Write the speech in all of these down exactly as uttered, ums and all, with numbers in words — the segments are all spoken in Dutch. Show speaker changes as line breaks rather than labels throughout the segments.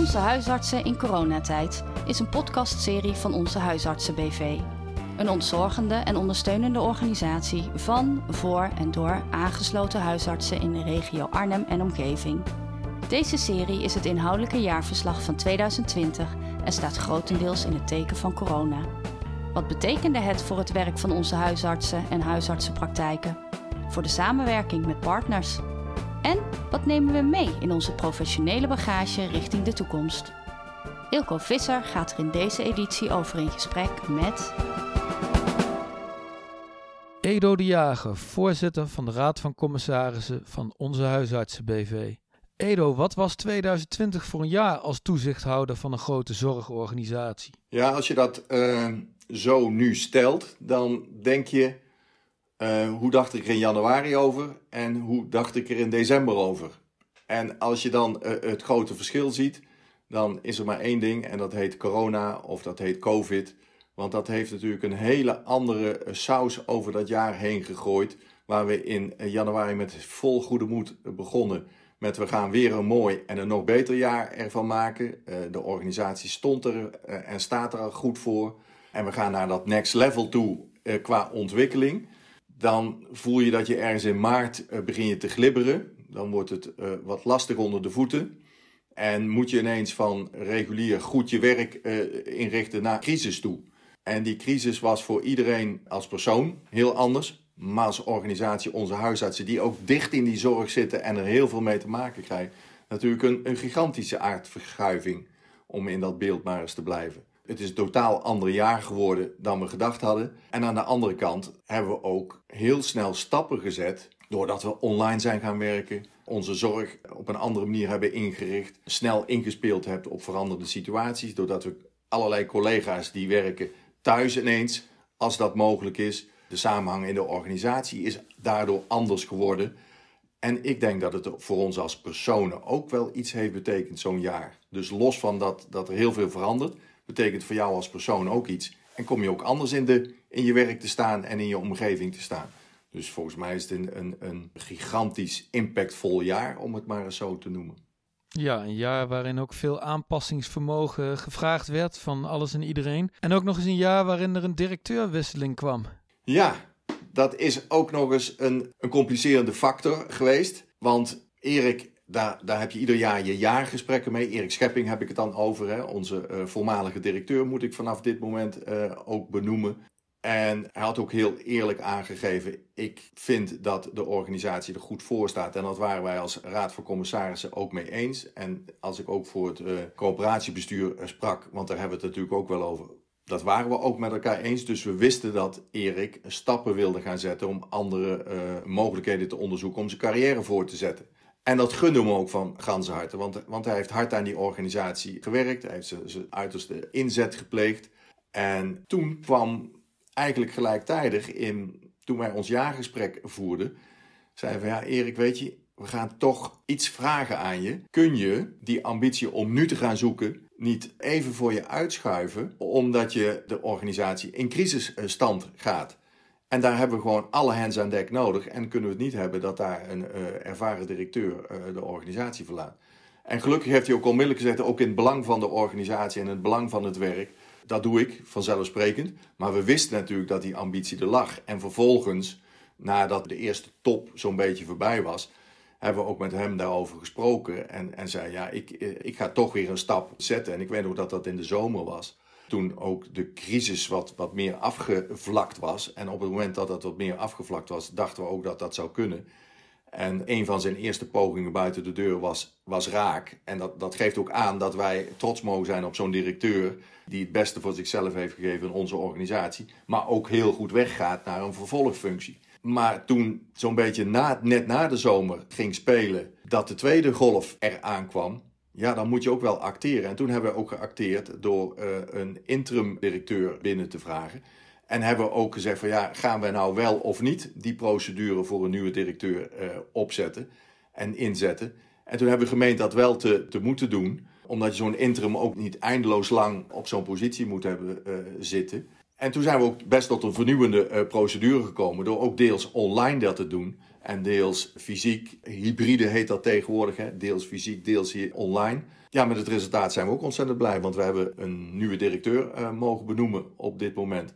Onze Huisartsen in Coronatijd is een podcastserie van Onze Huisartsen B V. Een ontzorgende en ondersteunende organisatie van, voor en door aangesloten huisartsen in de regio Arnhem en omgeving. Deze serie is het inhoudelijke jaarverslag van tweeduizend twintig en staat grotendeels in het teken van corona. Wat betekende het voor het werk van onze huisartsen en huisartsenpraktijken? Voor de samenwerking met partners? En wat nemen we mee in onze professionele bagage richting de toekomst? Ilko Visser gaat er in deze editie over in gesprek met...
Edo de Jager, voorzitter van de Raad van Commissarissen van Onze Huisartsen B V. Edo, wat was tweeduizend twintig voor een jaar als toezichthouder van een grote zorgorganisatie?
Ja, als je dat uh, zo nu stelt, dan denk je, uh, hoe dacht ik er in januari over en hoe dacht ik er in december over? En als je dan uh, het grote verschil ziet, dan is er maar één ding en dat heet corona of dat heet COVID. Want dat heeft natuurlijk een hele andere saus over dat jaar heen gegooid, waar we in januari met vol goede moed begonnen. Met we gaan weer een mooi en een nog beter jaar ervan maken. Uh, de organisatie stond er uh, en staat er al goed voor. En we gaan naar dat next level toe uh, qua ontwikkeling. Dan voel je dat je ergens in maart uh, begin je te glibberen. Dan wordt het uh, wat lastig onder de voeten. En moet je ineens van regulier goed je werk uh, inrichten naar crisis toe. En die crisis was voor iedereen als persoon heel anders. Maar als organisatie, onze huisartsen, die ook dicht in die zorg zitten en er heel veel mee te maken krijgen. Natuurlijk een, een gigantische aardverschuiving, om in dat beeld maar eens te blijven. Het is een totaal ander jaar geworden dan we gedacht hadden. En aan de andere kant hebben we ook heel snel stappen gezet, doordat we online zijn gaan werken, onze zorg op een andere manier hebben ingericht, snel ingespeeld hebben op veranderde situaties, doordat we allerlei collega's die werken thuis ineens, als dat mogelijk is. De samenhang in de organisatie is daardoor anders geworden. En ik denk dat het voor ons als personen ook wel iets heeft betekend, zo'n jaar. Dus los van dat, dat er heel veel verandert, betekent voor jou als persoon ook iets. En kom je ook anders in, de, in je werk te staan en in je omgeving te staan. Dus volgens mij is het een, een, een gigantisch impactvol jaar, om het maar eens zo te noemen.
Ja, een jaar waarin ook veel aanpassingsvermogen gevraagd werd van alles en iedereen. En ook nog eens een jaar waarin er een directeurwisseling kwam.
Ja, dat is ook nog eens een, een complicerende factor geweest. Want Erik, daar, daar heb je ieder jaar je jaargesprekken mee. Erik Schepping heb ik het dan over. Hè? Onze uh, voormalige directeur moet ik vanaf dit moment uh, ook benoemen. En hij had ook heel eerlijk aangegeven, ik vind dat de organisatie er goed voor staat. En dat waren wij als Raad van Commissarissen ook mee eens. En als ik ook voor het uh, coöperatiebestuur uh, sprak, want daar hebben we het natuurlijk ook wel over. Dat waren we ook met elkaar eens. Dus we wisten dat Erik stappen wilde gaan zetten om andere uh, mogelijkheden te onderzoeken om zijn carrière voor te zetten. En dat gunden we hem ook van ganse harte. Want, want hij heeft hard aan die organisatie gewerkt. Hij heeft zijn, zijn uiterste inzet gepleegd. En toen kwam eigenlijk gelijktijdig in, toen wij ons jaargesprek voerden, zeiden we van ja Erik, weet je, we gaan toch iets vragen aan je. Kun je die ambitie om nu te gaan zoeken niet even voor je uitschuiven, omdat je de organisatie in crisisstand gaat? En daar hebben we gewoon alle hands aan dek nodig en kunnen we het niet hebben dat daar een uh, ervaren directeur uh, de organisatie verlaat. En gelukkig heeft hij ook onmiddellijk gezegd, ook in het belang van de organisatie en het belang van het werk, dat doe ik vanzelfsprekend. Maar we wisten natuurlijk dat die ambitie er lag. En vervolgens, nadat de eerste top zo'n beetje voorbij was, hebben we ook met hem daarover gesproken. En, en zei, ja, ik, ik ga toch weer een stap zetten. En ik weet nog dat dat in de zomer was. Toen ook de crisis wat, wat meer afgevlakt was. En op het moment dat dat wat meer afgevlakt was, dachten we ook dat dat zou kunnen. En een van zijn eerste pogingen buiten de deur was, was raak. En dat, dat geeft ook aan dat wij trots mogen zijn op zo'n directeur die het beste voor zichzelf heeft gegeven in onze organisatie, maar ook heel goed weggaat naar een vervolgfunctie. Maar toen zo'n beetje na, net na de zomer ging spelen, dat de tweede golf eraan kwam, ja, dan moet je ook wel acteren. En toen hebben we ook geacteerd door uh, een interim directeur binnen te vragen. En hebben we ook gezegd van ja, gaan we nou wel of niet die procedure voor een nieuwe directeur uh, opzetten en inzetten. En toen hebben we gemeend dat wel te, te moeten doen, omdat je zo'n interim ook niet eindeloos lang op zo'n positie moet hebben uh, zitten. En toen zijn we ook best tot een vernieuwende uh, procedure gekomen door ook deels online dat te doen en deels fysiek. Hybride heet dat tegenwoordig, hè? Deels fysiek, deels hier online. Ja, met het resultaat zijn we ook ontzettend blij, want we hebben een nieuwe directeur uh, mogen benoemen op dit moment.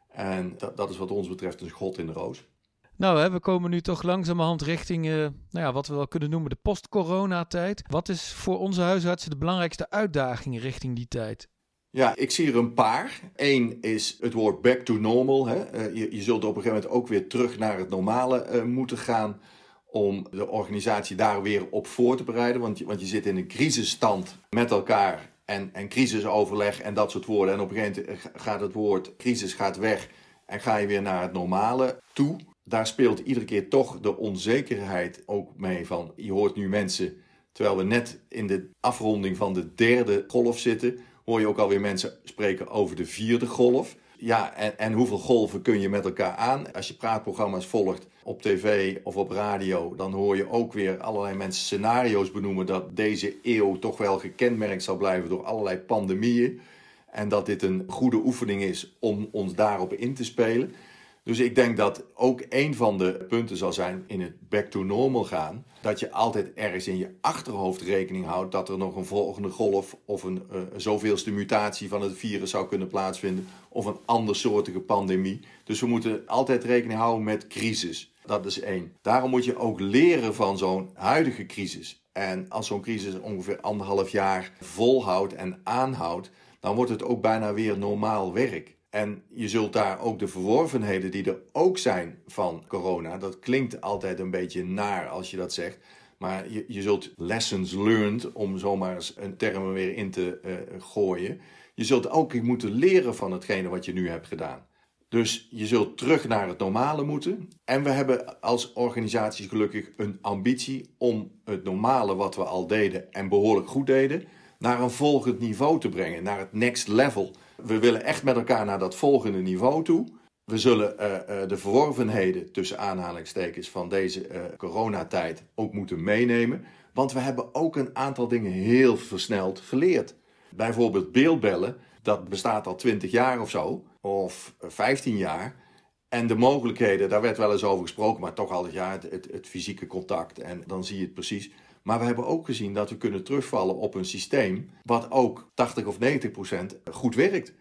En dat, dat is wat ons betreft een schot in de roos.
Nou, hè, we komen nu toch langzamerhand richting uh, nou ja, wat we wel kunnen noemen de post-coronatijd. Wat is voor onze huisartsen de belangrijkste uitdaging richting die tijd?
Ja, ik zie er een paar. Eén is het woord back to normal. Hè. Uh, je, je zult op een gegeven moment ook weer terug naar het normale uh, moeten gaan om de organisatie daar weer op voor te bereiden. Want je, want je zit in een crisisstand met elkaar en, en crisisoverleg en dat soort woorden. En op een gegeven moment gaat het woord crisis gaat weg en ga je weer naar het normale toe. Daar speelt iedere keer toch de onzekerheid ook mee van. Je hoort nu mensen, terwijl we net in de afronding van de derde golf zitten, hoor je ook alweer mensen spreken over de vierde golf. Ja, en, en hoeveel golven kun je met elkaar aan? Als je praatprogramma's volgt op tv of op radio, dan hoor je ook weer allerlei mensen scenario's benoemen dat deze eeuw toch wel gekenmerkt zal blijven door allerlei pandemieën. En dat dit een goede oefening is om ons daarop in te spelen. Dus ik denk dat ook een van de punten zal zijn in het back to normal gaan, dat je altijd ergens in je achterhoofd rekening houdt dat er nog een volgende golf of een uh, zoveelste mutatie van het virus zou kunnen plaatsvinden of een andersoortige pandemie. Dus we moeten altijd rekening houden met crisis. Dat is één. Daarom moet je ook leren van zo'n huidige crisis. En als zo'n crisis ongeveer anderhalf jaar volhoudt en aanhoudt, dan wordt het ook bijna weer normaal werk. En je zult daar ook de verworvenheden die er ook zijn van corona, dat klinkt altijd een beetje naar als je dat zegt, maar je, je zult lessons learned, om zomaar eens een term weer in te uh, gooien, je zult ook moeten leren van hetgene wat je nu hebt gedaan. Dus je zult terug naar het normale moeten. En we hebben als organisatie gelukkig een ambitie om het normale wat we al deden en behoorlijk goed deden, naar een volgend niveau te brengen, naar het next level. We willen echt met elkaar naar dat volgende niveau toe. We zullen uh, uh, de verworvenheden tussen aanhalingstekens van deze uh, coronatijd ook moeten meenemen. Want we hebben ook een aantal dingen heel versneld geleerd. Bijvoorbeeld beeldbellen, dat bestaat al twintig jaar of zo, of vijftien jaar. En de mogelijkheden, daar werd wel eens over gesproken, maar toch altijd ja, het, het, het fysieke contact en dan zie je het precies. Maar we hebben ook gezien dat we kunnen terugvallen op een systeem wat ook tachtig of negentig procent goed werkt.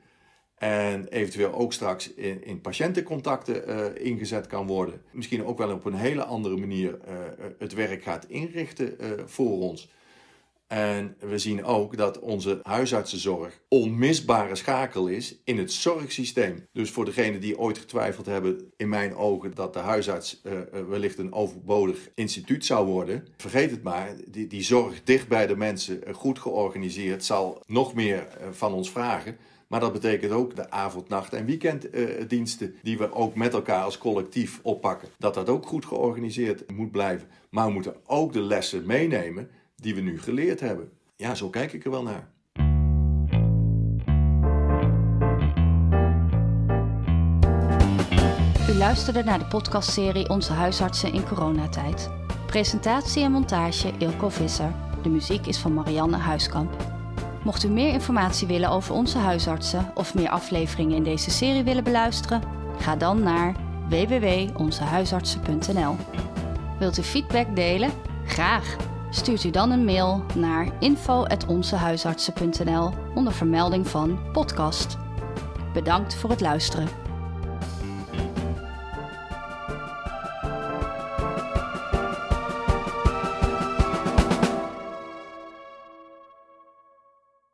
En eventueel ook straks in, in patiëntencontacten uh, ingezet kan worden. Misschien ook wel op een hele andere manier uh, het werk gaat inrichten uh, voor ons. En we zien ook dat onze huisartsenzorg onmisbare schakel is in het zorgsysteem. Dus voor degenen die ooit getwijfeld hebben, in mijn ogen, dat de huisarts uh, wellicht een overbodig instituut zou worden. Vergeet het maar, die, die zorg dicht bij de mensen, uh, goed georganiseerd, zal nog meer uh, van ons vragen. Maar dat betekent ook de avond-, nacht- en weekenddiensten die we ook met elkaar als collectief oppakken. Dat dat ook goed georganiseerd moet blijven. Maar we moeten ook de lessen meenemen die we nu geleerd hebben. Ja, zo kijk ik er wel naar.
U luisterde naar de podcastserie Onze Huisartsen in Coronatijd. Presentatie en montage Ilko Visser. De muziek is van Marianne Huiskamp. Mocht u meer informatie willen over onze huisartsen of meer afleveringen in deze serie willen beluisteren, ga dan naar w w w punt onze huisartsen punt n l. Wilt u feedback delen? Graag! Stuurt u dan een mail naar info at onzehuisartsen punt n l onder vermelding van podcast. Bedankt voor het luisteren.